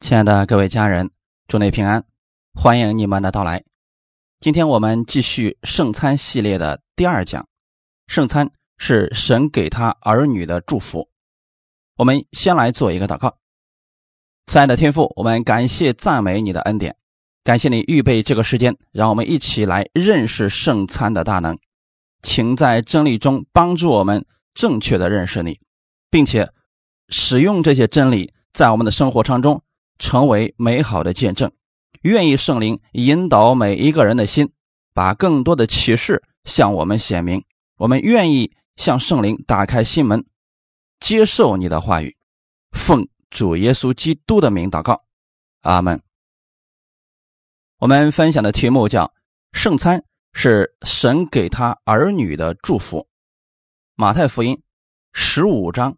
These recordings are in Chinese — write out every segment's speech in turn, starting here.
亲爱的各位家人，祝你平安，欢迎你们的到来。今天我们继续圣餐系列的第二讲，圣餐是神给他儿女的祝福。我们先来做一个祷告。亲爱的天父，我们感谢赞美你的恩典，感谢你预备这个时间，让我们一起来认识圣餐的大能。请在真理中帮助我们正确的认识你，并且使用这些真理在我们的生活当中成为美好的见证。愿意圣灵引导每一个人的心，把更多的启示向我们显明。我们愿意向圣灵打开心门，接受你的话语。奉主耶稣基督的名祷告，阿们。我们分享的题目叫圣餐是神给他儿女的祝福。马太福音15章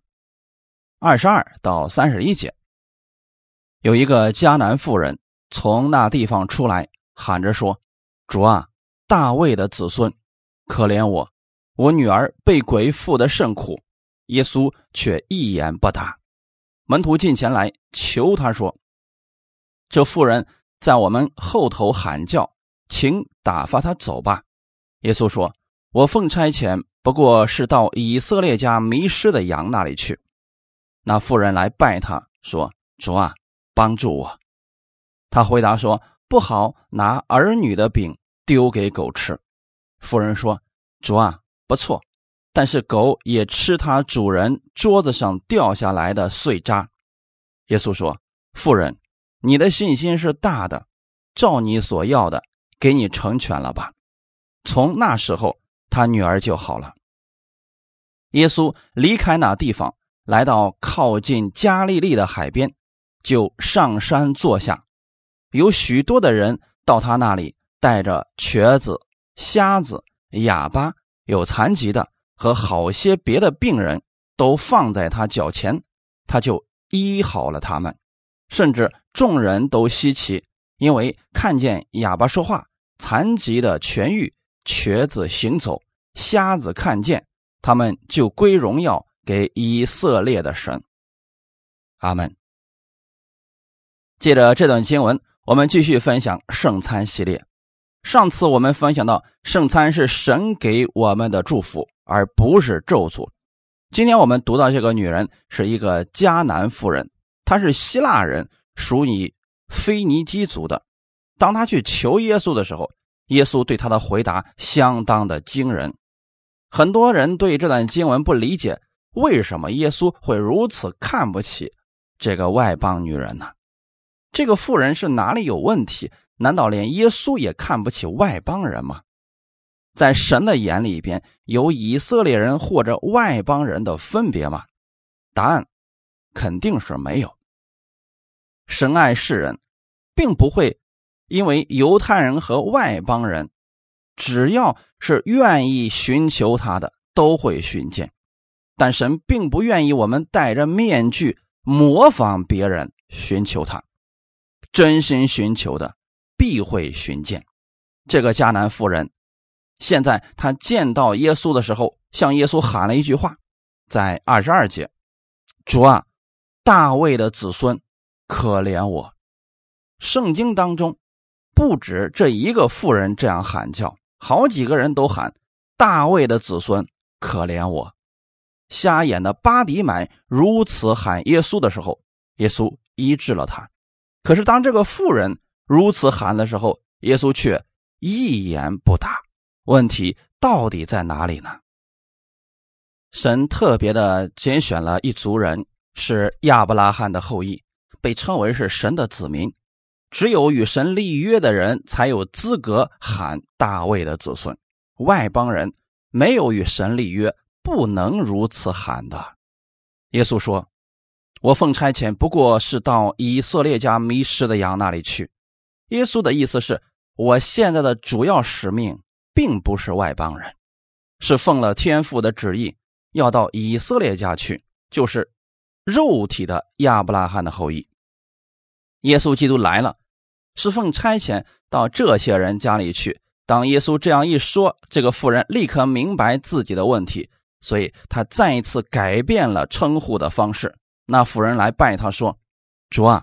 22到31节。有一个迦南妇人从那地方出来，喊着说：主啊，大卫的子孙，可怜我，我女儿被鬼附得甚苦。耶稣却一言不答。门徒近前来求他说：这妇人在我们后头喊叫，请打发他走吧。耶稣说：我奉差遣不过是到以色列家迷失的羊那里去。那妇人来拜他说：主啊，帮助我。他回答说：不好拿儿女的饼丢给狗吃。妇人说：主啊，不错，但是狗也吃它主人桌子上掉下来的碎渣。耶稣说：妇人，你的信心是大的，照你所要的给你成全了吧。从那时候他女儿就好了。耶稣离开那地方，来到靠近加利利的海边，就上山坐下。有许多的人到他那里，带着瘸子、瞎子、哑巴、有残疾的和好些别的病人，都放在他脚前，他就医好了他们。甚至众人都稀奇，因为看见哑巴说话，残疾的痊愈，瘸子行走，瞎子看见，他们就归荣耀给以色列的神。阿们。借着这段经文，我们继续分享圣餐系列。上次我们分享到，圣餐是神给我们的祝福，而不是咒诅。今天我们读到这个女人是一个迦南妇人，她是希腊人，属于腓尼基族的。当她去求耶稣的时候，耶稣对她的回答相当的惊人。很多人对这段经文不理解，为什么耶稣会如此看不起这个外邦女人呢？这个妇人是哪里有问题？难道连耶稣也看不起外邦人吗？在神的眼里边，有以色列人或者外邦人的分别吗？答案肯定是没有。神爱世人，并不会因为犹太人和外邦人，只要是愿意寻求他的，都会寻见。但神并不愿意我们戴着面具模仿别人寻求他，真心寻求的必会寻见。这个迦南妇人，现在她见到耶稣的时候，向耶稣喊了一句话，在22节：主啊，大卫的子孙，可怜我。圣经当中不止这一个妇人这样喊叫，好几个人都喊大卫的子孙，可怜我。瞎眼的巴底买如此喊耶稣的时候，耶稣医治了他。可是当这个妇人如此喊的时候，耶稣却一言不答。问题到底在哪里呢？神特别的拣选了一族人，是亚伯拉罕的后裔，被称为是神的子民。只有与神立约的人才有资格喊大卫的子孙，外邦人没有与神立约，不能如此喊的。耶稣说：我奉差遣不过是到以色列家迷失的羊那里去。耶稣的意思是，我现在的主要使命并不是外邦人，是奉了天父的旨意，要到以色列家去，就是肉体的亚伯拉罕的后裔。耶稣基督来了，是奉差遣到这些人家里去。当耶稣这样一说，这个妇人立刻明白自己的问题，所以他再一次改变了称呼的方式。那妇人来拜他说：主啊，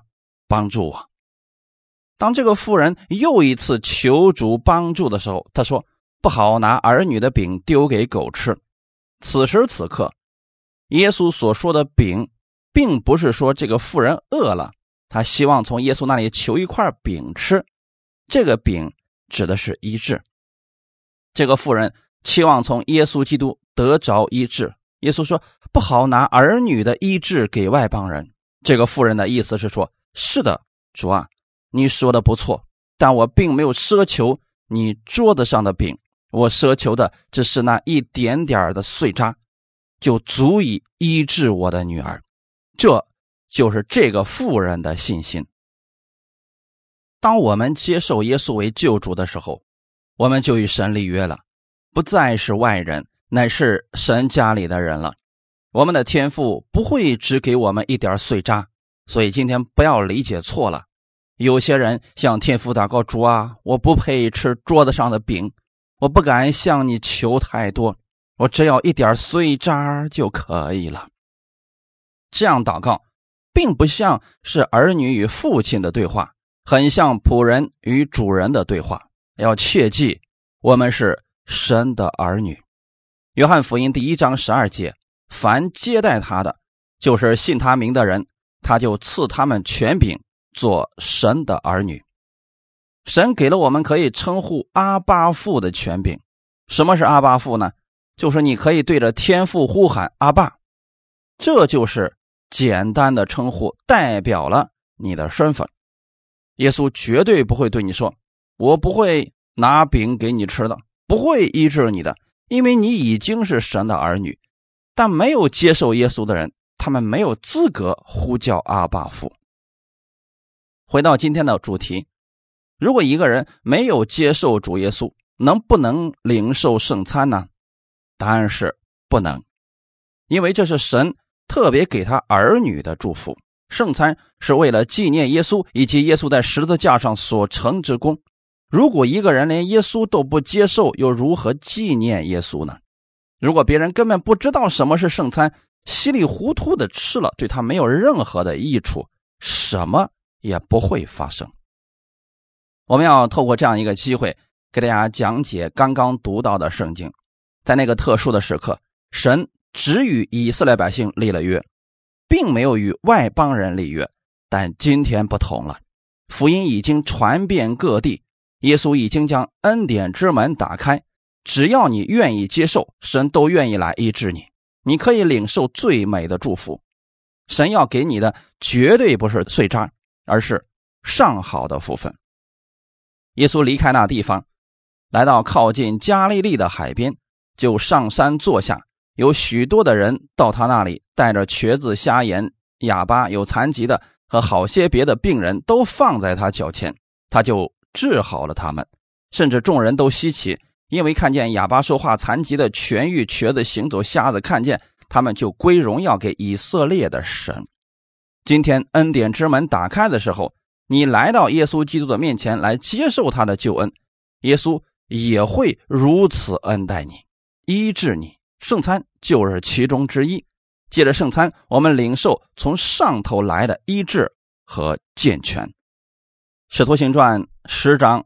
帮助我。当这个妇人又一次求主帮助的时候，他说不好拿儿女的饼丢给狗吃。此时此刻，耶稣所说的饼并不是说这个妇人饿了，他希望从耶稣那里求一块饼吃，这个饼指的是医治。这个妇人期望从耶稣基督得着医治，耶稣说不好拿儿女的医治给外邦人。这个妇人的意思是说，是的，主啊，你说的不错，但我并没有奢求你桌子上的饼，我奢求的只是那一点点的碎渣，就足以医治我的女儿。这就是这个妇人的信心。当我们接受耶稣为救主的时候，我们就与神立约了，不再是外人，乃是神家里的人了。我们的天父不会只给我们一点碎渣，所以今天不要理解错了。有些人向天父祷告，主啊，我不配吃桌子上的饼，我不敢向你求太多，我只要一点碎渣就可以了。这样祷告并不像是儿女与父亲的对话，很像仆人与主人的对话。要切记，我们是神的儿女。约翰福音1章12节，凡接待他的，就是信他名的人，他就赐他们权柄做神的儿女。神给了我们可以称呼阿爸父的权柄。什么是阿爸父呢？就是你可以对着天父呼喊阿爸，这就是简单的称呼，代表了你的身份。耶稣绝对不会对你说，我不会拿饼给你吃的，不会医治你的，因为你已经是神的儿女。但没有接受耶稣的人，他们没有资格呼叫阿爸父。回到今天的主题，如果一个人没有接受主耶稣，能不能领受圣餐呢？答案是不能，因为这是神特别给他儿女的祝福。圣餐是为了纪念耶稣以及耶稣在十字架上所成之功。如果一个人连耶稣都不接受，又如何纪念耶稣呢？如果别人根本不知道什么是圣餐，稀里糊涂的吃了，对他没有任何的益处，什么也不会发生。我们要透过这样一个机会给大家讲解刚刚读到的圣经。在那个特殊的时刻，神只与以色列百姓立了约，并没有与外邦人立约。但今天不同了，福音已经传遍各地，耶稣已经将恩典之门打开，只要你愿意接受，神都愿意来医治你，你可以领受最美的祝福。神要给你的绝对不是碎渣，而是上好的福分。耶稣离开那地方，来到靠近加利利的海边，就上山坐下，有许多的人到他那里，带着瘸子、瞎眼、哑巴、有残疾的和好些别的病人都放在他脚前，他就治好了他们。甚至众人都稀奇，因为看见哑巴说话、残疾的痊愈、瘸子行走、瞎子看见，他们就归荣耀给以色列的神。今天恩典之门打开的时候，你来到耶稣基督的面前来接受他的救恩，耶稣也会如此恩待你，医治你。圣餐就是其中之一。借着圣餐，我们领受从上头来的医治和健全。使徒行传10章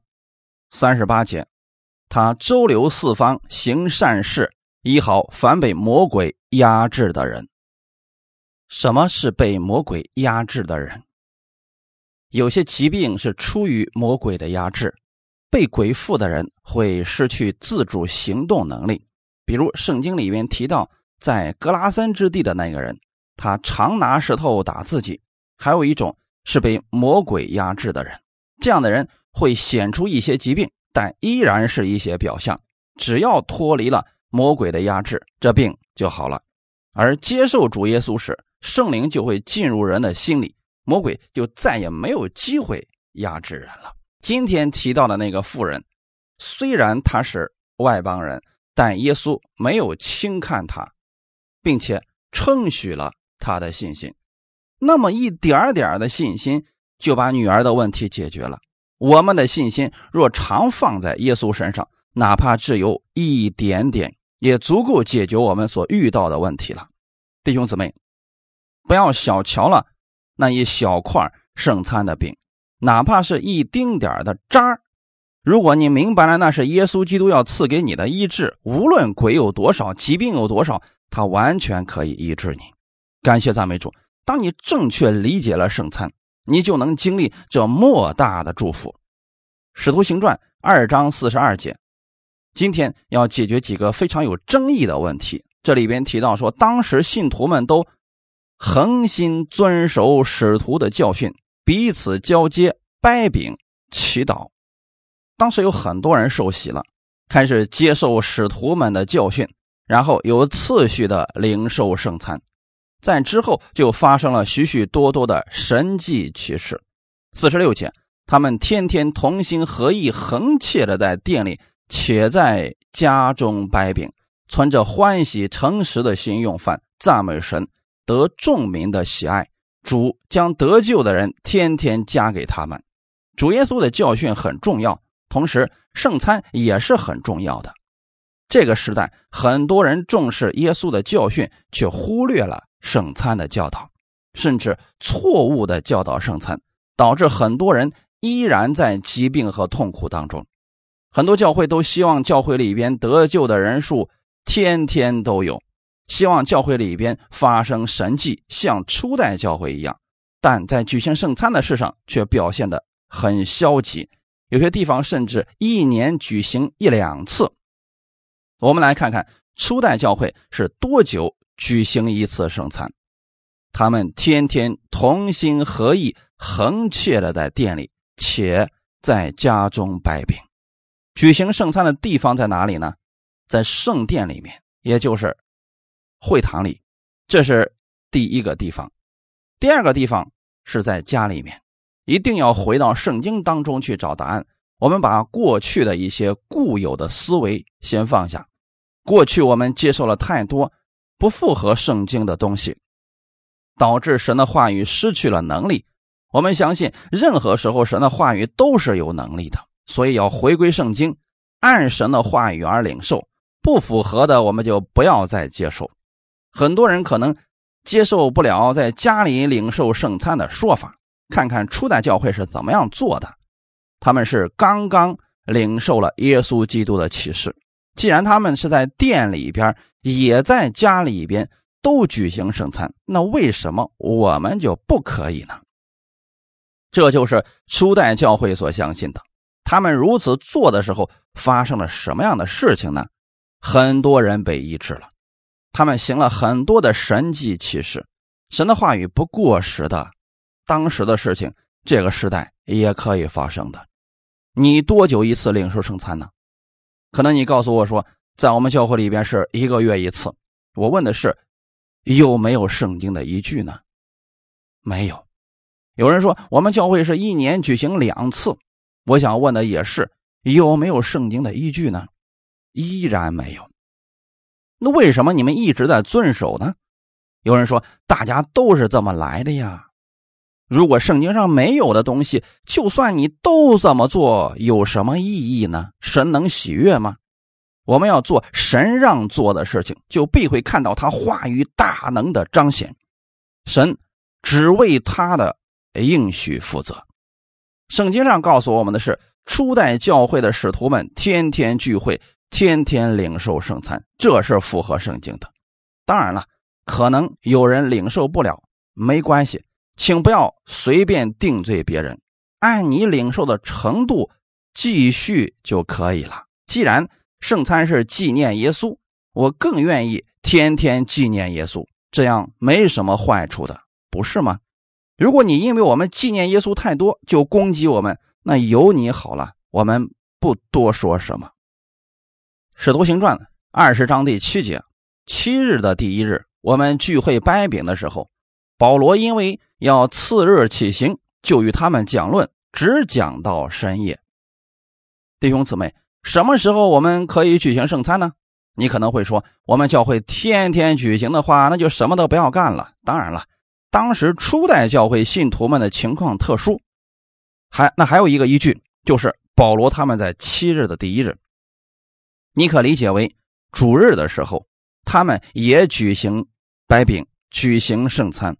38节，他周流四方，行善事，医好凡被魔鬼压制的人。什么是被魔鬼压制的人？有些疾病是出于魔鬼的压制，被鬼附的人会失去自主行动能力。比如圣经里面提到在格拉森之地的那个人，他常拿石头打自己。还有一种是被魔鬼压制的人，这样的人会显出一些疾病，但依然是一些表象，只要脱离了魔鬼的压制，这病就好了。而接受主耶稣时，圣灵就会进入人的心里，魔鬼就再也没有机会压制人了。今天提到的那个妇人，虽然他是外邦人，但耶稣没有轻看他，并且称许了他的信心。那么一点点的信心就把女儿的问题解决了。我们的信心若常放在耶稣身上，哪怕只有一点点，也足够解决我们所遇到的问题了。弟兄姊妹，不要小瞧了那一小块圣餐的饼，哪怕是一丁点的渣儿。如果你明白了那是耶稣基督要赐给你的医治，无论鬼有多少，疾病有多少，他完全可以医治你。感谢赞美主，当你正确理解了圣餐，你就能经历这莫大的祝福。使徒行传2章42节，今天要解决几个非常有争议的问题。这里边提到说，当时信徒们都恒心遵守使徒的教训，彼此交接，掰饼，祈祷。当时有很多人受洗了，开始接受使徒们的教训，然后有次序的领受圣餐。在之后就发生了许许多多的神迹奇事。46节，他们天天同心合意，恒切的在店里，且在家中掰饼，存着欢喜诚实的心用饭，赞美神，得众民的喜爱。主将得救的人天天加给他们。主耶稣的教训很重要，同时圣餐也是很重要的。这个时代很多人重视耶稣的教训，却忽略了圣餐的教导，甚至错误的教导圣餐，导致很多人依然在疾病和痛苦当中。很多教会都希望教会里边得救的人数天天都有，希望教会里边发生神迹，像初代教会一样，但在举行圣餐的事上却表现得很消极，有些地方甚至1年举行1-2次。我们来看看初代教会是多久举行一次圣餐。他们天天同心合意，恒切的在店里，且在家中掰饼。举行圣餐的地方在哪里呢？在圣殿里面，也就是会堂里，这是第一个地方。第二个地方是在家里面。一定要回到圣经当中去找答案。我们把过去的一些固有的思维先放下。过去我们接受了太多不符合圣经的东西，导致神的话语失去了能力。我们相信任何时候神的话语都是有能力的，所以要回归圣经，按神的话语而领受，不符合的我们就不要再接受。很多人可能接受不了在家里领受圣餐的说法，看看初代教会是怎么样做的。他们是刚刚领受了耶稣基督的启示，既然他们是在店里边也在家里边都举行圣餐，那为什么我们就不可以呢？这就是初代教会所相信的。他们如此做的时候发生了什么样的事情呢？很多人被医治了，他们行了很多的神迹奇事。神的话语不过时的，当时的事情这个时代也可以发生的。你多久一次领受圣餐呢？可能你告诉我说在我们教会里边是1个月1次。我问的是有没有圣经的依据呢？没有。有人说我们教会是1年举行2次，我想问的也是有没有圣经的依据呢？依然没有。那为什么你们一直在遵守呢？有人说大家都是这么来的呀。如果圣经上没有的东西，就算你都这么做，有什么意义呢？神能喜悦吗？我们要做神让做的事情，就必会看到他话语大能的彰显。神只为他的应许负责。圣经上告诉我们的是，初代教会的使徒们天天聚会，天天领受圣餐，这是符合圣经的。当然了，可能有人领受不了，没关系，请不要随便定罪别人，按你领受的程度继续就可以了。既然圣餐是纪念耶稣，我更愿意天天纪念耶稣，这样没什么坏处的，不是吗？如果你因为我们纪念耶稣太多就攻击我们，那由你好了，我们不多说什么。使徒行传20章第7节，7日的第1日，我们聚会掰饼的时候，保罗因为要次日起行，就与他们讲论，只讲到深夜。弟兄姊妹，什么时候我们可以举行圣餐呢？你可能会说，我们教会天天举行的话，那就什么都不要干了。当然了，当时初代教会信徒们的情况特殊，还有一个依据，就是保罗他们在7日的第1日，你可理解为主日的时候，他们也举行掰饼，举行圣餐。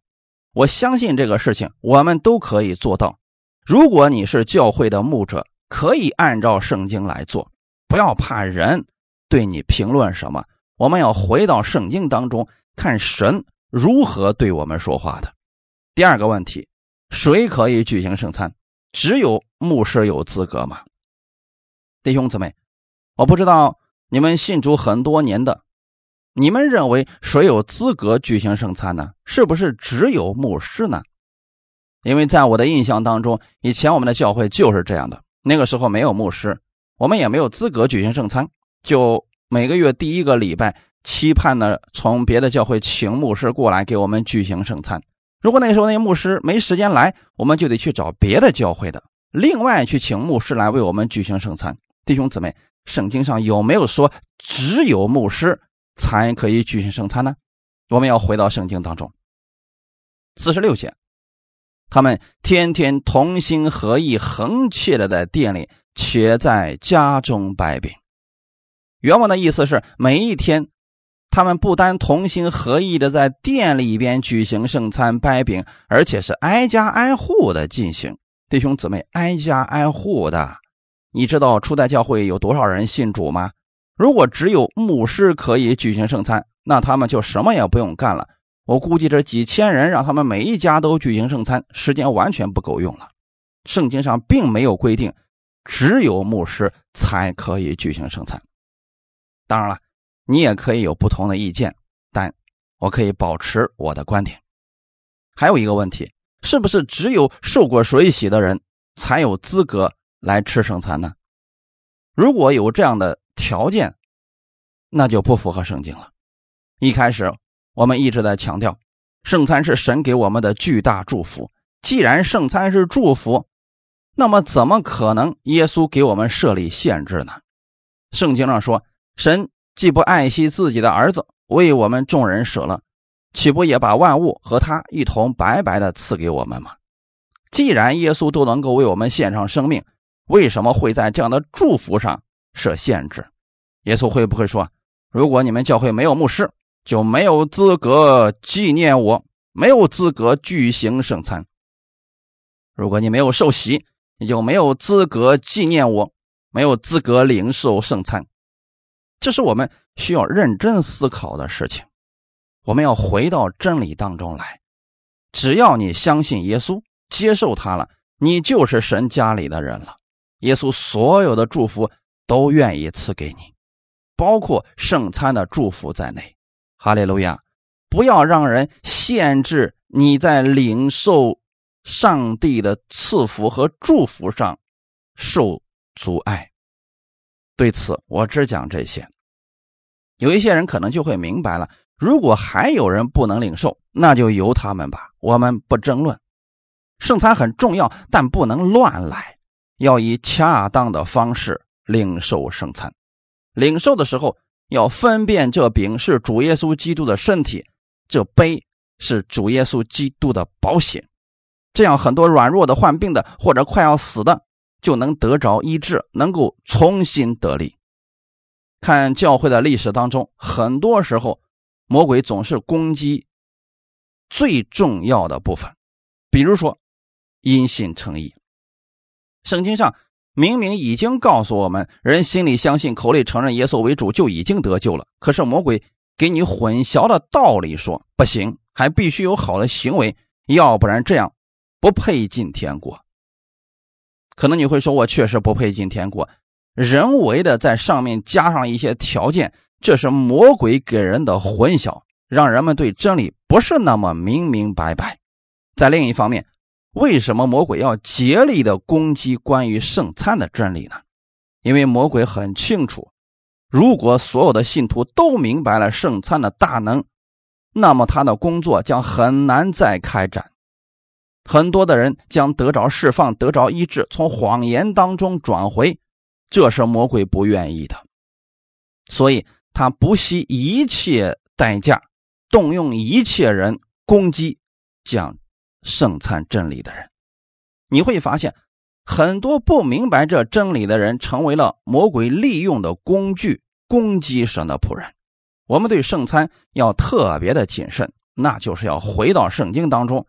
我相信这个事情我们都可以做到。如果你是教会的牧者，可以按照圣经来做，不要怕人对你评论什么，我们要回到圣经当中，看神如何对我们说话的。第二个问题，谁可以举行圣餐？只有牧师有资格吗？弟兄姊妹，我不知道你们信主很多年的，你们认为谁有资格举行圣餐呢？是不是只有牧师呢？因为在我的印象当中，以前我们的教会就是这样的，那个时候没有牧师，我们也没有资格举行圣餐，就每个月第一个礼拜期盼呢从别的教会请牧师过来给我们举行圣餐。如果那时候那些牧师没时间来，我们就得去找别的教会的，另外去请牧师来为我们举行圣餐。弟兄姊妹，圣经上有没有说只有牧师才可以举行圣餐呢？我们要回到圣经当中。46节，他们天天同心合意，恒切的在店里，且在家中掰饼。原文的意思是，每一天他们不单同心合意的在店里边举行圣餐掰饼，而且是挨家挨户的进行。弟兄姊妹，挨家挨户的，你知道初代教会有多少人信主吗？如果只有牧师可以举行圣餐，那他们就什么也不用干了。我估计这几千人让他们每一家都举行圣餐，时间完全不够用了。圣经上并没有规定只有牧师才可以举行圣餐。当然了，你也可以有不同的意见，但我可以保持我的观点。还有一个问题，是不是只有受过水洗的人才有资格来吃圣餐呢？如果有这样的条件，那就不符合圣经了。一开始我们一直在强调，圣餐是神给我们的巨大祝福。既然圣餐是祝福，那么怎么可能耶稣给我们设立限制呢？圣经上说，神既不爱惜自己的儿子，为我们众人舍了，岂不也把万物和他一同白白的赐给我们吗？既然耶稣都能够为我们献上生命，为什么会在这样的祝福上设限制？耶稣会不会说，如果你们教会没有牧师，就没有资格纪念我，没有资格举行圣餐？如果你没有受洗，你就没有资格纪念我，没有资格领受圣餐。这是我们需要认真思考的事情。我们要回到真理当中来。只要你相信耶稣，接受他了，你就是神家里的人了。耶稣所有的祝福都愿意赐给你，包括圣餐的祝福在内。哈利路亚！不要让人限制你在领受上帝的赐福和祝福上受阻碍。对此我只讲这些。有一些人可能就会明白了，如果还有人不能领受，那就由他们吧，我们不争论。圣餐很重要，但不能乱来，要以恰当的方式领受圣餐。领受的时候要分辨这饼是主耶稣基督的身体，这杯是主耶稣基督的宝血。这样很多软弱的、患病的或者快要死的就能得着医治，能够重新得力。看教会的历史当中，很多时候魔鬼总是攻击最重要的部分，比如说因信称义。圣经上明明已经告诉我们，人心里相信，口里承认耶稣为主就已经得救了，可是魔鬼给你混淆的道理说不行，还必须有好的行为，要不然这样不配进天国。可能你会说，我确实不配进天国，人为的在上面加上一些条件，这是魔鬼给人的混淆，让人们对真理不是那么明明白白。在另一方面，为什么魔鬼要竭力的攻击关于圣餐的真理呢？因为魔鬼很清楚，如果所有的信徒都明白了圣餐的大能，那么他的工作将很难再开展。很多的人将得着释放，得着医治，从谎言当中转回，这是魔鬼不愿意的。所以他不惜一切代价，动用一切人攻击讲圣餐真理的人。你会发现，很多不明白这真理的人成为了魔鬼利用的工具，攻击神的仆人。我们对圣餐要特别的谨慎，那就是要回到圣经当中，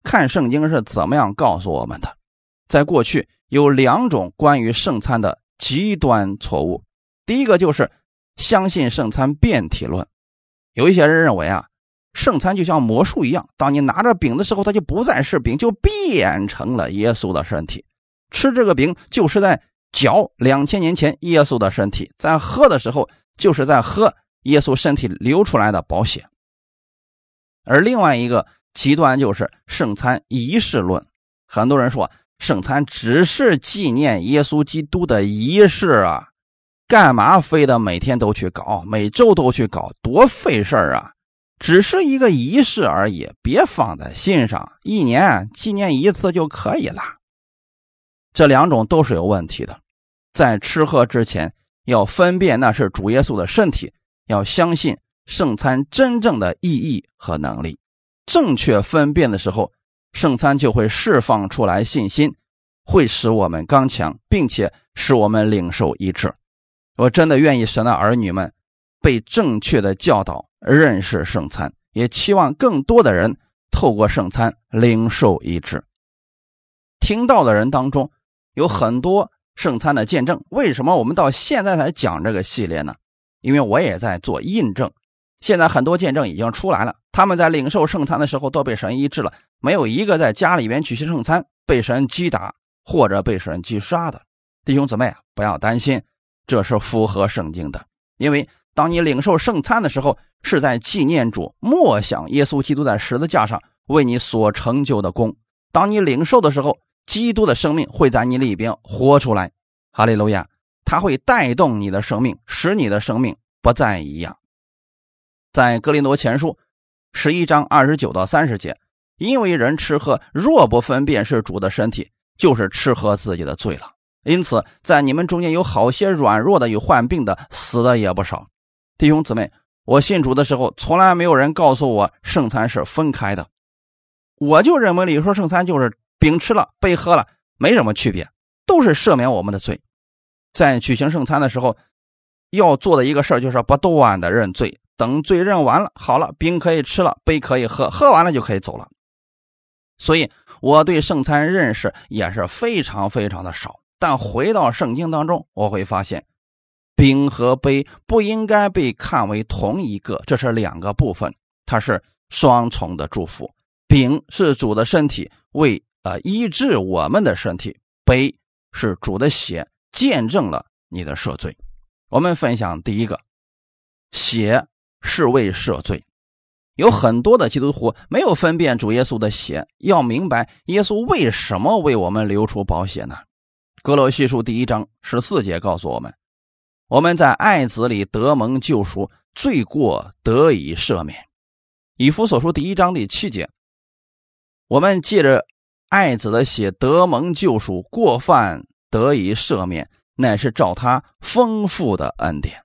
看圣经是怎么样告诉我们的。在过去有2种关于圣餐的极端错误。第一个就是相信圣餐变体论。有一些人认为圣餐就像魔术一样，当你拿着饼的时候，它就不再是饼，就变成了耶稣的身体。吃这个饼就是在嚼2000年前耶稣的身体，在喝的时候就是在喝耶稣身体流出来的宝血。而另外一个极端就是圣餐仪式论。很多人说圣餐只是纪念耶稣基督的仪式干嘛非得每天都去搞，每周都去搞，多费事只是一个仪式而已，别放在心上，1年纪念1次就可以了。这2种都是有问题的。在吃喝之前要分辨那是主耶稣的身体，要相信圣餐真正的意义和能力。正确分辨的时候，圣餐就会释放出来信心，会使我们刚强，并且使我们领受医治。我真的愿意神的儿女们被正确的教导认识圣餐，也期望更多的人透过圣餐领受医治。听到的人当中有很多圣餐的见证，为什么我们到现在才讲这个系列呢？因为我也在做印证。现在很多见证已经出来了，他们在领受圣餐的时候都被神医治了，没有一个在家里边举行圣餐被神击打或者被神击杀的。弟兄姊妹不要担心，这是符合圣经的。因为当你领受圣餐的时候，是在纪念主，默想耶稣基督在十字架上为你所成就的功。当你领受的时候，基督的生命会在你里边活出来，哈利路亚，它会带动你的生命，使你的生命不再一样。在哥林多前书11章29到30节，因为人吃喝若不分辨是主的身体，就是吃喝自己的罪了。因此在你们中间有好些软弱的，有患病的，死的也不少。弟兄姊妹，我信主的时候从来没有人告诉我圣餐是分开的，我就认为里说圣餐就是饼吃了杯喝了没什么区别，都是赦免我们的罪。在举行圣餐的时候要做的一个事儿就是不断的认罪，等罪认完了，好了，饼可以吃了，杯可以喝，喝完了就可以走了。所以我对圣餐认识也是非常非常的少。但回到圣经当中，我会发现饼和杯不应该被看为同一个，这是2个部分，它是双重的祝福。饼是主的身体，为医治我们的身体；杯是主的血，见证了你的赦罪。我们分享第一个，血是为赦罪。有很多的基督徒没有分辨主耶稣的血，要明白耶稣为什么为我们流出宝血呢？哥罗西书1章14节告诉我们，我们在爱子里得蒙救赎，罪过得以赦免。以弗所书1章7节，我们借着爱子的血得蒙救赎，过犯得以赦免，乃是照他丰富的恩典。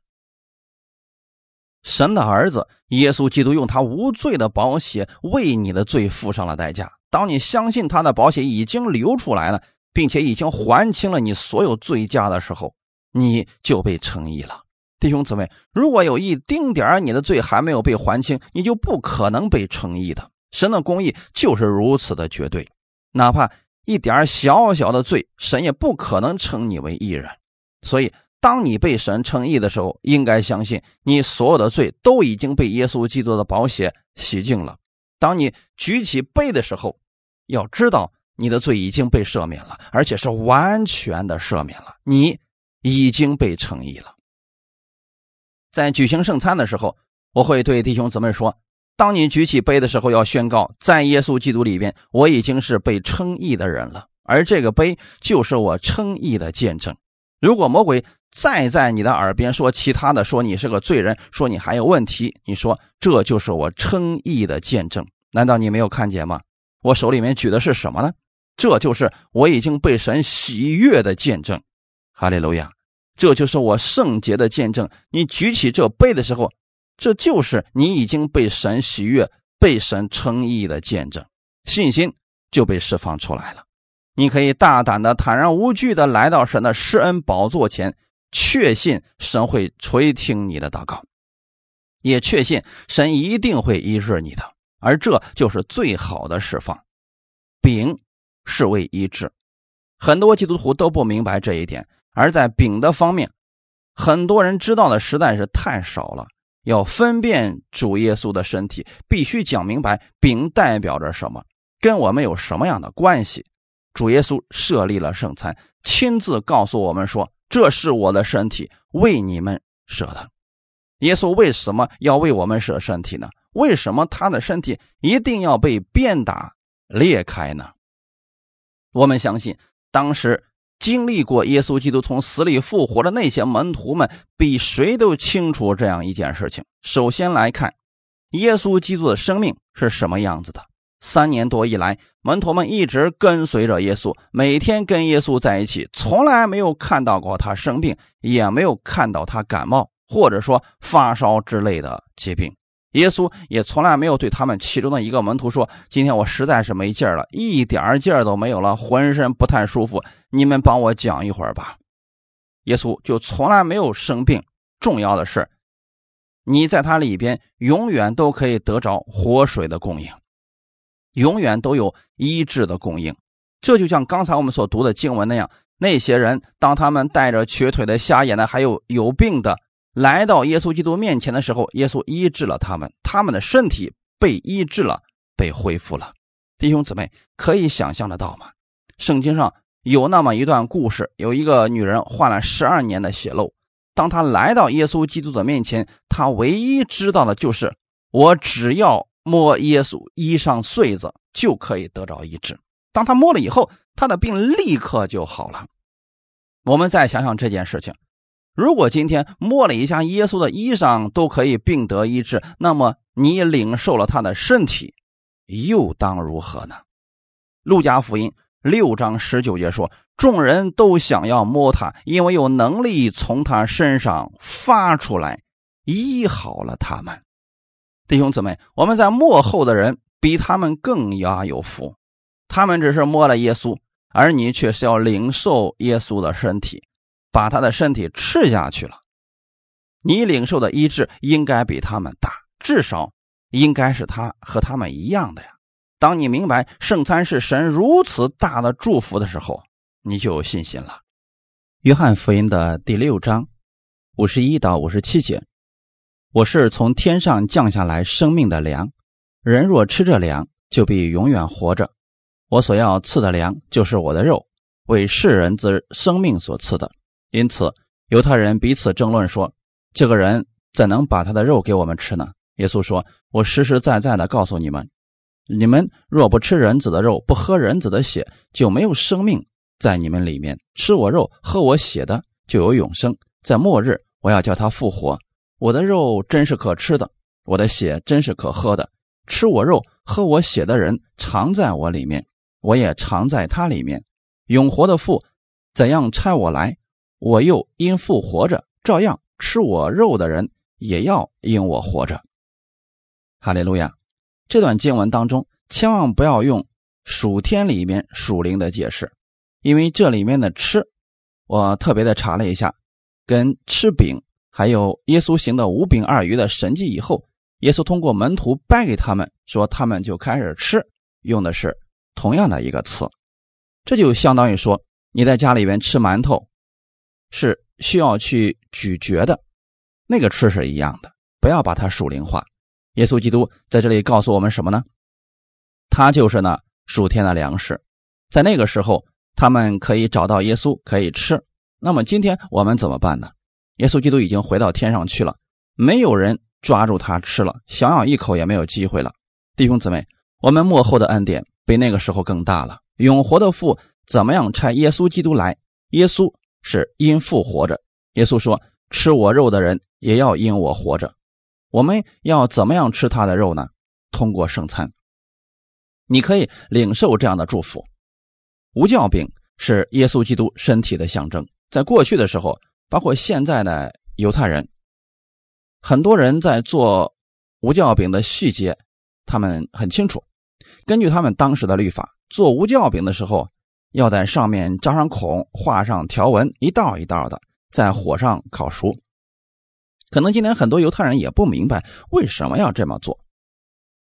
神的儿子耶稣基督用他无罪的宝血为你的罪付上了代价。当你相信他的宝血已经流出来了，并且已经还清了你所有罪价的时候，你就被称义了。弟兄姊妹，如果有一丁点你的罪还没有被还清，你就不可能被称义的。神的公义就是如此的绝对，哪怕一点小小的罪，神也不可能称你为义人。所以当你被神称义的时候，应该相信你所有的罪都已经被耶稣基督的宝血洗净了。当你举起杯的时候，要知道你的罪已经被赦免了，而且是完全的赦免了，你已经被称义了。在举行圣餐的时候，我会对弟兄姊妹说，当你举起杯的时候，要宣告在耶稣基督里边我已经是被称义的人了，而这个杯就是我称义的见证。如果魔鬼再在你的耳边说其他的，说你是个罪人，说你还有问题，你说这就是我称义的见证，难道你没有看见吗？我手里面举的是什么呢？这就是我已经被神喜悦的见证。哈利路亚，这就是我圣洁的见证。你举起这杯的时候，这就是你已经被神喜悦，被神称义的见证，信心就被释放出来了。你可以大胆的坦然无惧的来到神的施恩宝座前，确信神会垂听你的祷告，也确信神一定会医治你的，而这就是最好的释放。 饼是为医治。很多基督徒都不明白这一点，而在饼的方面，很多人知道的实在是太少了。要分辨主耶稣的身体，必须讲明白饼代表着什么，跟我们有什么样的关系。主耶稣设立了圣餐，亲自告诉我们说，这是我的身体，为你们舍的。耶稣为什么要为我们舍身体呢？为什么他的身体一定要被鞭打裂开呢？我们相信当时经历过耶稣基督从死里复活的那些门徒们，比谁都清楚这样一件事情。首先来看耶稣基督的生命是什么样子的。3年多以来，门徒们一直跟随着耶稣，每天跟耶稣在一起，从来没有看到过他生病，也没有看到他感冒或者说发烧之类的疾病。耶稣也从来没有对他们其中的一个门徒说，今天我实在是没劲儿了，一点劲儿都没有了，浑身不太舒服，你们帮我讲一会儿吧。耶稣就从来没有生病。重要的是，你在他里边永远都可以得着活水的供应，永远都有医治的供应。这就像刚才我们所读的经文那样，那些人当他们带着瘸腿的、瞎眼的还有病的来到耶稣基督面前的时候，耶稣医治了他们，他们的身体被医治了，被恢复了。弟兄姊妹，可以想象得到吗？圣经上有那么一段故事，有一个女人患了12年的血漏，当她来到耶稣基督的面前，她唯一知道的就是我只要摸耶稣衣裳穗子就可以得着医治。当她摸了以后，她的病立刻就好了。我们再想想这件事情，如果今天摸了一下耶稣的衣裳都可以病得医治，那么你领受了他的身体又当如何呢？路加福音6章19节说，众人都想要摸他，因为有能力从他身上发出来，医好了他们。弟兄姊妹，我们在末后的人比他们更加有福，他们只是摸了耶稣，而你却是要领受耶稣的身体，把他的身体吃下去了。你领受的医治应该比他们大，至少应该是他和他们一样的呀。当你明白圣餐是神如此大的祝福的时候，你就有信心了。约翰福音的第6章51到57节，我是从天上降下来生命的粮，人若吃这粮，就必永远活着。我所要赐的粮，就是我的肉，为世人之生命所赐的。因此犹太人彼此争论说，这个人怎能把他的肉给我们吃呢？耶稣说，我实实在在的告诉你们，你们若不吃人子的肉，不喝人子的血，就没有生命在你们里面。吃我肉喝我血的就有永生，在末日我要叫他复活。我的肉真是可吃的，我的血真是可喝的。吃我肉喝我血的人常在我里面，我也常在他里面。永活的父怎样差我来，我又因父活着，照样吃我肉的人也要因我活着。哈利路亚。这段经文当中千万不要用属天里面属灵的解释，因为这里面的吃，我特别的查了一下，跟吃饼还有耶稣行的5饼2鱼的神迹以后，耶稣通过门徒掰给他们说他们就开始吃，用的是同样的一个词。这就相当于说你在家里边吃馒头是需要去咀嚼的，那个吃是一样的，不要把它属灵化。耶稣基督在这里告诉我们什么呢？他就是那属天的粮食，在那个时候他们可以找到耶稣可以吃。那么今天我们怎么办呢？耶稣基督已经回到天上去了，没有人抓住他吃了，想咬一口也没有机会了。弟兄姊妹，我们末后的恩典比那个时候更大了。永活的父怎么样差耶稣基督来？耶稣是因父活着，耶稣说吃我肉的人也要因我活着。我们要怎么样吃他的肉呢？通过圣餐。你可以领受这样的祝福。无酵饼是耶稣基督身体的象征，在过去的时候，包括现在的犹太人，很多人在做无酵饼的细节他们很清楚。根据他们当时的律法，做无酵饼的时候要在上面扎上孔，画上条纹，一道一道的在火上烤熟。可能今天很多犹太人也不明白为什么要这么做。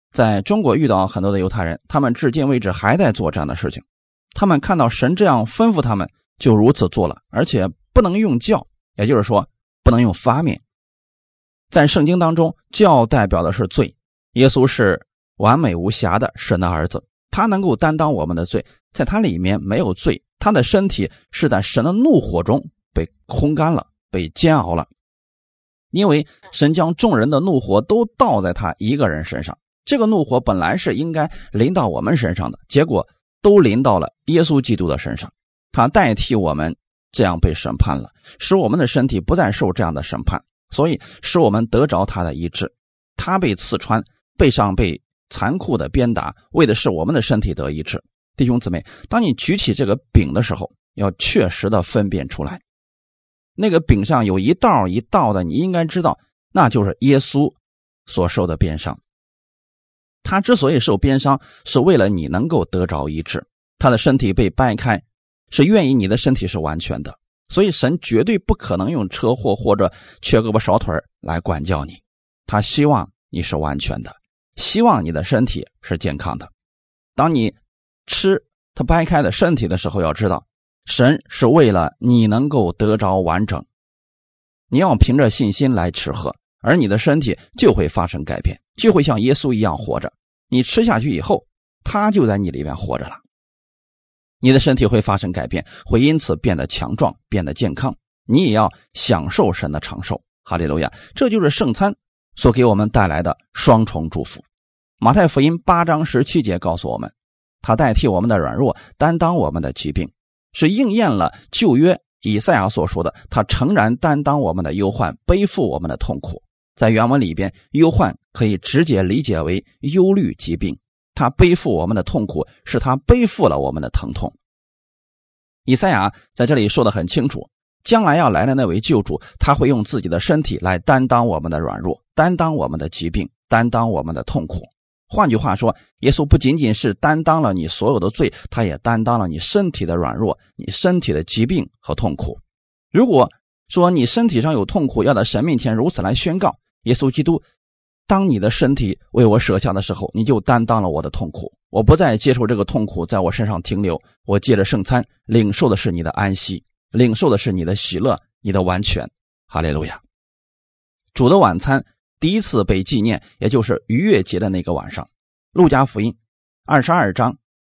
在中国遇到很多的犹太人，他们至今为止还在做这样的事情。他们看到神这样吩咐他们，就如此做了，而且不能用教，也就是说不能用发面。在圣经当中，教代表的是罪，耶稣是完美无瑕的神的儿子，他能够担当我们的罪，在他里面没有罪，他的身体是在神的怒火中被烘干了，被煎熬了。因为神将众人的怒火都倒在他一个人身上，这个怒火本来是应该临到我们身上的，结果都临到了耶稣基督的身上，他代替我们这样被审判了，使我们的身体不再受这样的审判，所以使我们得着他的医治。他被刺穿，背上被残酷的鞭打，为的是我们的身体得医治。弟兄姊妹，当你举起这个饼的时候，要确实的分辨出来，那个饼上有一道一道的，你应该知道那就是耶稣所受的鞭伤。他之所以受鞭伤，是为了你能够得着医治。他的身体被掰开，是愿意你的身体是完全的，所以神绝对不可能用车祸或者缺胳膊少腿来管教你，他希望你是完全的，希望你的身体是健康的。当你吃他掰开的身体的时候，要知道神是为了你能够得着完整，你要凭着信心来吃喝，而你的身体就会发生改变，就会像耶稣一样活着。你吃下去以后，他就在你里面活着了，你的身体会发生改变，会因此变得强壮，变得健康，你也要享受神的长寿。哈利路亚！这就是圣餐所给我们带来的双重祝福。马太福音8章17节告诉我们，他代替我们的软弱，担当我们的疾病，是应验了旧约以赛亚所说的，他诚然担当我们的忧患，背负我们的痛苦。在原文里边，忧患可以直接理解为忧虑疾病，他背负我们的痛苦，是他背负了我们的疼痛。以赛亚在这里说得很清楚，将来要来的那位救主，他会用自己的身体来担当我们的软弱，担当我们的疾病，担当我们的痛苦。换句话说，耶稣不仅仅是担当了你所有的罪，他也担当了你身体的软弱，你身体的疾病和痛苦。如果说你身体上有痛苦，要在神面前如此来宣告，耶稣基督，当你的身体为我舍下的时候，你就担当了我的痛苦，我不再接受这个痛苦在我身上停留，我借着圣餐领受的是你的安息，领受的是你的喜乐，你的完全。哈利路亚！主的晚餐第一次被纪念，也就是逾越节的那个晚上。路加福音22章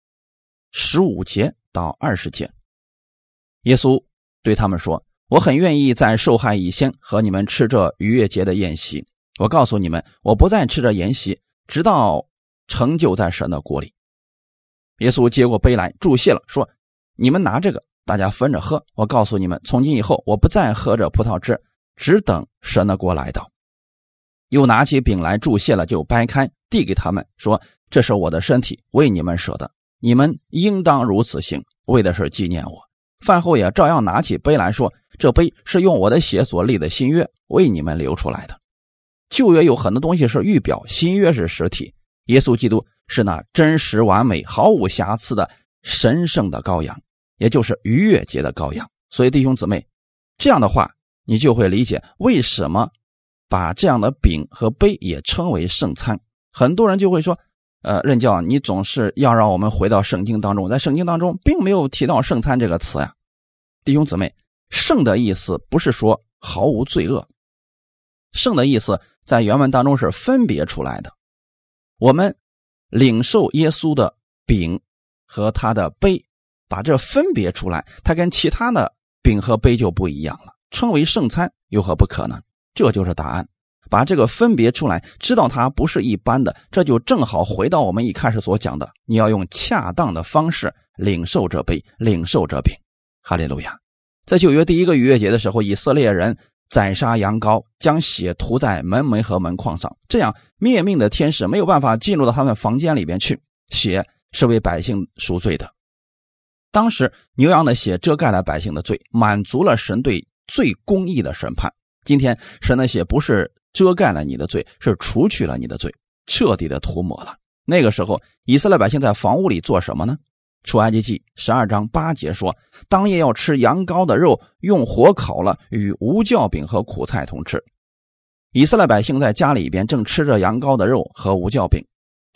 15节到20节，耶稣对他们说，我很愿意在受害以先和你们吃这逾越节的宴席。我告诉你们，我不再吃这筵席，直到成就在神的国里。耶稣接过杯来，祝谢了，说，你们拿这个，大家分着喝。我告诉你们，从今以后，我不再喝这葡萄汁，只等神的国来到。又拿起饼来，祝谢了，就掰开，递给他们，说，这是我的身体，为你们舍的，你们应当如此行，为的是纪念我。饭后也照样拿起杯来说，这杯是用我的血所立的新约，为你们流出来的。旧约有很多东西是预表，新约是实体。耶稣基督是那真实完美毫无瑕疵的神圣的羔羊，也就是逾越节的羔羊。所以弟兄姊妹，这样的话你就会理解为什么把这样的饼和杯也称为圣餐。很多人就会说任教，你总是要让我们回到圣经当中，在圣经当中并没有提到圣餐这个词呀。弟兄姊妹，圣的意思不是说毫无罪恶，圣的意思在原文当中是分别出来的。我们领受耶稣的饼和他的杯，把这分别出来，它跟其他的饼和杯就不一样了，称为圣餐有何不可能？这就是答案。把这个分别出来，知道它不是一般的，这就正好回到我们一开始所讲的，你要用恰当的方式领受这杯，领受这饼。哈利路亚！在旧约第一个逾越节的时候，以色列人宰杀羊羔，将血涂在门楣和门框上，这样灭命的天使没有办法进入到他们房间里边去，血是为百姓赎罪的。当时牛羊的血遮盖了百姓的罪，满足了神对罪公义的审判。今天神的血不是遮盖了你的罪，是除去了你的罪，彻底的涂抹了。那个时候以色列百姓在房屋里做什么呢？出埃及记12章8节说，当夜要吃羊羔的肉，用火烤了，与无酵饼和苦菜同吃。以色列百姓在家里边正吃着羊羔的肉和无酵饼，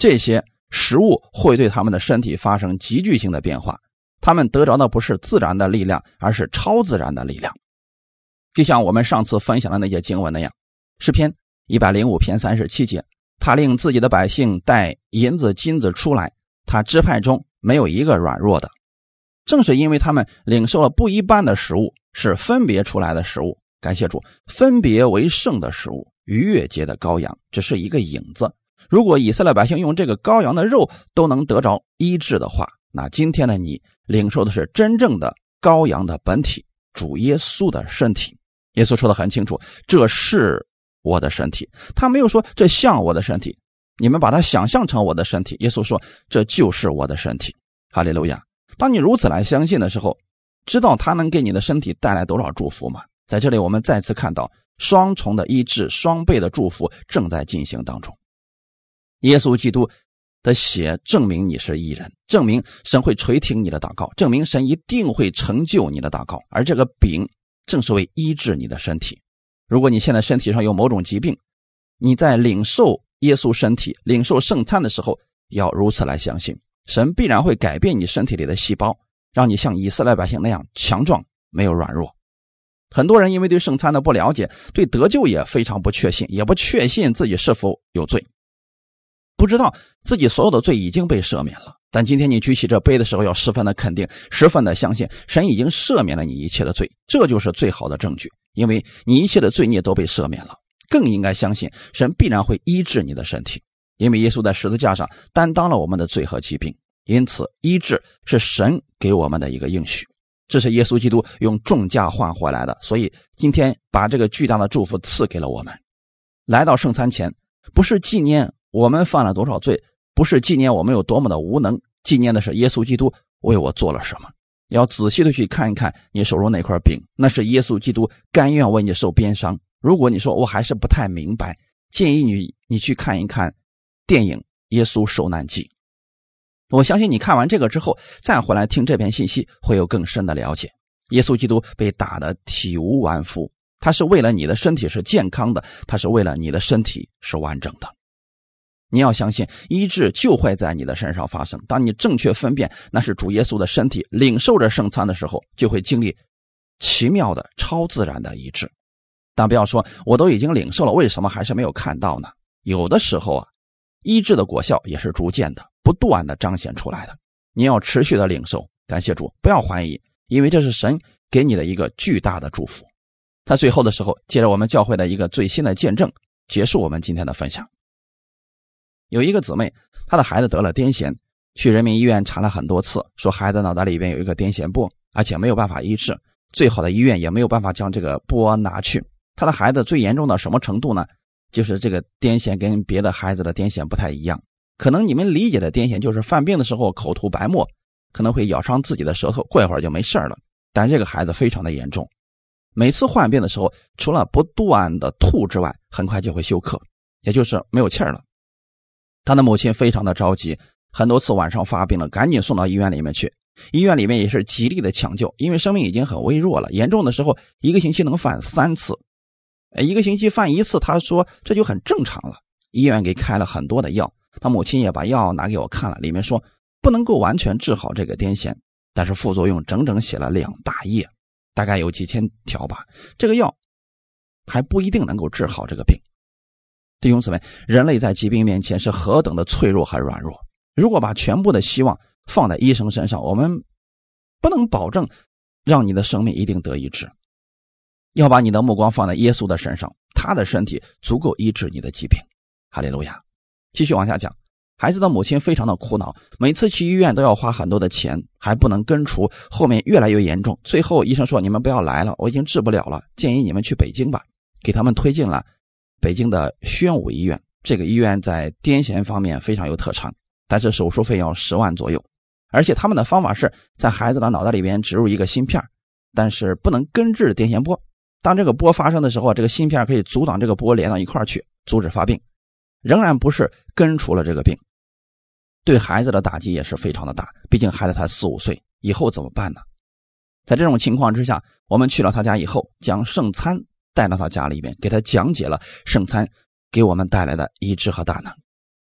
这些食物会对他们的身体发生急剧性的变化，他们得着的不是自然的力量，而是超自然的力量。就像我们上次分享的那些经文那样，诗篇105篇37节，他令自己的百姓带银子金子出来，他支派中没有一个软弱的。正是因为他们领受了不一般的食物，是分别出来的食物，感谢主，分别为圣的食物，逾越节的羔羊只是一个影子。如果以色列百姓用这个羔羊的肉都能得着医治的话，那今天的你领受的是真正的羔羊的本体，主耶稣的身体。耶稣说得很清楚，这是我的身体，他没有说这像我的身体，你们把它想象成我的身体。耶稣说这就是我的身体。哈利路亚！当你如此来相信的时候，知道他能给你的身体带来多少祝福吗？在这里我们再次看到双重的医治，双倍的祝福正在进行当中。耶稣基督的血证明你是义人，证明神会垂听你的祷告，证明神一定会成就你的祷告，而这个饼正是为医治你的身体。如果你现在身体上有某种疾病，你在领受耶稣身体领受圣餐的时候要如此来相信，神必然会改变你身体里的细胞，让你像以色列百姓那样强壮，没有软弱。很多人因为对圣餐的不了解，对得救也非常不确信，也不确信自己是否有罪，不知道自己所有的罪已经被赦免了。但今天你举起这杯的时候，要十分的肯定，十分的相信神已经赦免了你一切的罪，这就是最好的证据，因为你一切的罪孽都被赦免了。更应该相信神必然会医治你的身体，因为耶稣在十字架上担当了我们的罪和疾病，因此医治是神给我们的一个应许，这是耶稣基督用重价换回来的，所以今天把这个巨大的祝福赐给了我们。来到圣餐前，不是纪念我们犯了多少罪，不是纪念我们有多么的无能，纪念的是耶稣基督为我做了什么。要仔细的去看一看你手中那块饼，那是耶稣基督甘愿为你受鞭伤。如果你说我还是不太明白，建议你去看一看电影《耶稣受难记》，我相信你看完这个之后再回来听这篇信息会有更深的了解。耶稣基督被打得体无完肤，他是为了你的身体是健康的，他是为了你的身体是完整的。你要相信医治就会在你的身上发生，当你正确分辨那是主耶稣的身体，领受着圣餐的时候，就会经历奇妙的超自然的医治。但不要说我都已经领受了，为什么还是没有看到呢？有的时候医治的果效也是逐渐的不断的彰显出来的，你要持续的领受，感谢主，不要怀疑，因为这是神给你的一个巨大的祝福。在最后的时候，借着我们教会的一个最新的见证，结束我们今天的分享。有一个姊妹，她的孩子得了癫痫，去人民医院查了很多次，说孩子脑袋里边有一个癫痫波，而且没有办法医治，最好的医院也没有办法将这个波拿去。他的孩子最严重到什么程度呢？就是这个癫痫跟别的孩子的癫痫不太一样，可能你们理解的癫痫就是犯病的时候口吐白沫，可能会咬伤自己的舌头，过一会儿就没事了。但这个孩子非常的严重，每次患病的时候除了不断的吐之外，很快就会休克，也就是没有气儿了。他的母亲非常的着急，很多次晚上发病了，赶紧送到医院里面去。医院里面也是极力的抢救，因为生命已经很微弱了，严重的时候一个星期能犯3次，一个星期犯1次，他说这就很正常了。医院给开了很多的药，他母亲也把药拿给我看了，里面说不能够完全治好这个癫痫，但是副作用整整写了2大页，大概有几千条吧。这个药还不一定能够治好这个病。弟兄姊妹，人类在疾病面前是何等的脆弱和软弱，如果把全部的希望放在医生身上，我们不能保证让你的生命一定得医治。要把你的目光放在耶稣的身上，他的身体足够医治你的疾病。哈利路亚。继续往下讲，孩子的母亲非常的苦恼，每次去医院都要花很多的钱，还不能根除，后面越来越严重，最后医生说你们不要来了，我已经治不了了，建议你们去北京吧，给他们推进了北京的宣武医院。这个医院在癫痫方面非常有特长，但是手术费要10万左右，而且他们的方法是在孩子的脑袋里边植入一个芯片，但是不能根治癫痫波，当这个波发生的时候，这个芯片可以阻挡这个波连到一块去，阻止发病，仍然不是根除了这个病。对孩子的打击也是非常的大，毕竟孩子才4、5岁，以后怎么办呢？在这种情况之下，我们去了他家以后，将圣餐带到他家里面，给他讲解了圣餐给我们带来的医治和大能。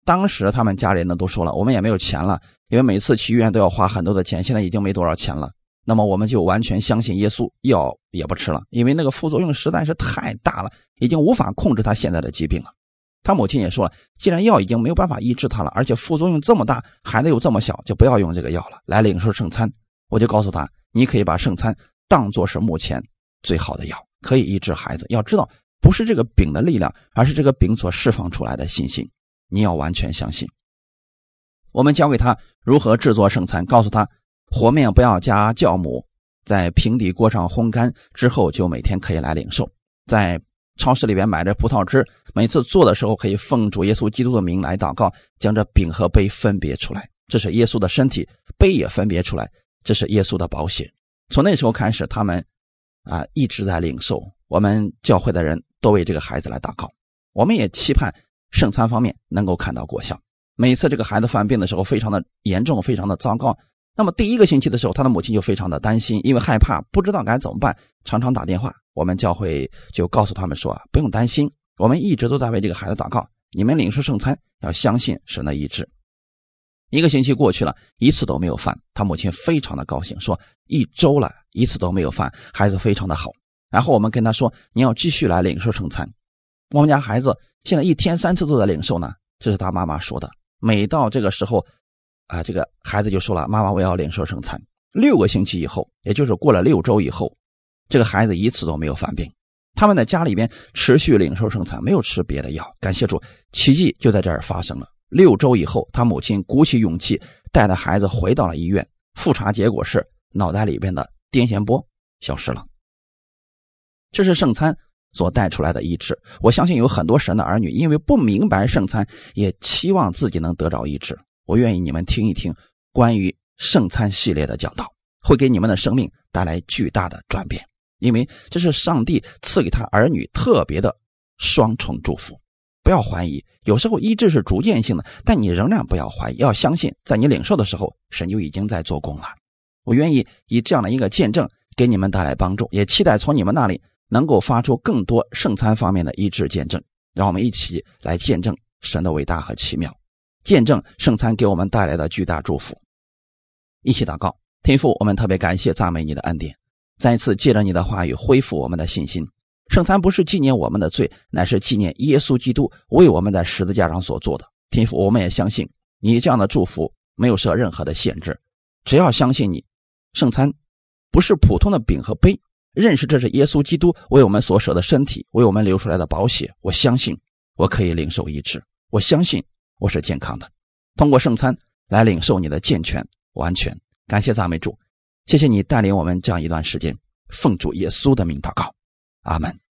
当时他们家里人都说了，我们也没有钱了，因为每次去医院都要花很多的钱，现在已经没多少钱了。那么我们就完全相信耶稣，药也不吃了，因为那个副作用实在是太大了，已经无法控制他现在的疾病了。他母亲也说了，既然药已经没有办法医治他了，而且副作用这么大，孩子又这么小，就不要用这个药了，来领受圣餐。我就告诉他，你可以把圣餐当作是目前最好的药，可以医治孩子。要知道，不是这个饼的力量，而是这个饼所释放出来的信心，你要完全相信。我们教给他如何制作圣餐，告诉他和面不要加酵母，在平底锅上烘干之后，就每天可以来领受。在超市里边买着葡萄汁，每次做的时候可以奉主耶稣基督的名来祷告，将这饼和杯分别出来，这是耶稣的身体，杯也分别出来，这是耶稣的宝血。从那时候开始，他们一直在领受，我们教会的人都为这个孩子来祷告，我们也期盼圣餐方面能够看到果效。每次这个孩子犯病的时候非常的严重，非常的糟糕，那么第一个星期的时候，他的母亲就非常的担心，因为害怕，不知道该怎么办，常常打电话。我们教会就告诉他们说，不用担心，我们一直都在为这个孩子祷告，你们领受圣餐要相信神的医治。一个星期过去了，一次都没有犯，他母亲非常的高兴，说1周了，一次都没有犯，孩子非常的好。然后我们跟他说，你要继续来领受圣餐。我们家孩子现在1天3次都在领受呢，这是他妈妈说的。每到这个时候这个孩子就说了，妈妈我要领受圣餐。6个星期以后，也就是过了6周以后，这个孩子一次都没有犯病。他们在家里边持续领受圣餐，没有吃别的药，感谢主，奇迹就在这儿发生了。6周以后，他母亲鼓起勇气带着孩子回到了医院，复查结果是脑袋里边的癫痫波消失了。这是圣餐所带出来的医治。我相信有很多神的儿女因为不明白圣餐，也期望自己能得着医治。我愿意你们听一听关于圣餐系列的讲道，会给你们的生命带来巨大的转变，因为这是上帝赐给他儿女特别的双重祝福。不要怀疑，有时候医治是逐渐性的，但你仍然不要怀疑，要相信在你领受的时候，神就已经在做工了。我愿意以这样的一个见证给你们带来帮助，也期待从你们那里能够发出更多圣餐方面的医治见证，让我们一起来见证神的伟大和奇妙，见证圣餐给我们带来的巨大祝福。一起祷告。天父，我们特别感谢赞美你的恩典，再次借着你的话语恢复我们的信心。圣餐不是纪念我们的罪，乃是纪念耶稣基督为我们在十字架上所做的。天父，我们也相信你这样的祝福没有设任何的限制，只要相信你，圣餐不是普通的饼和杯，认识这是耶稣基督为我们所舍的身体，为我们流出来的宝血，我相信我可以领受医治，我相信我是健康的，通过圣餐来领受你的健全完全。感谢赞美主，谢谢你带领我们这样一段时间，奉主耶稣的名祷告，阿们。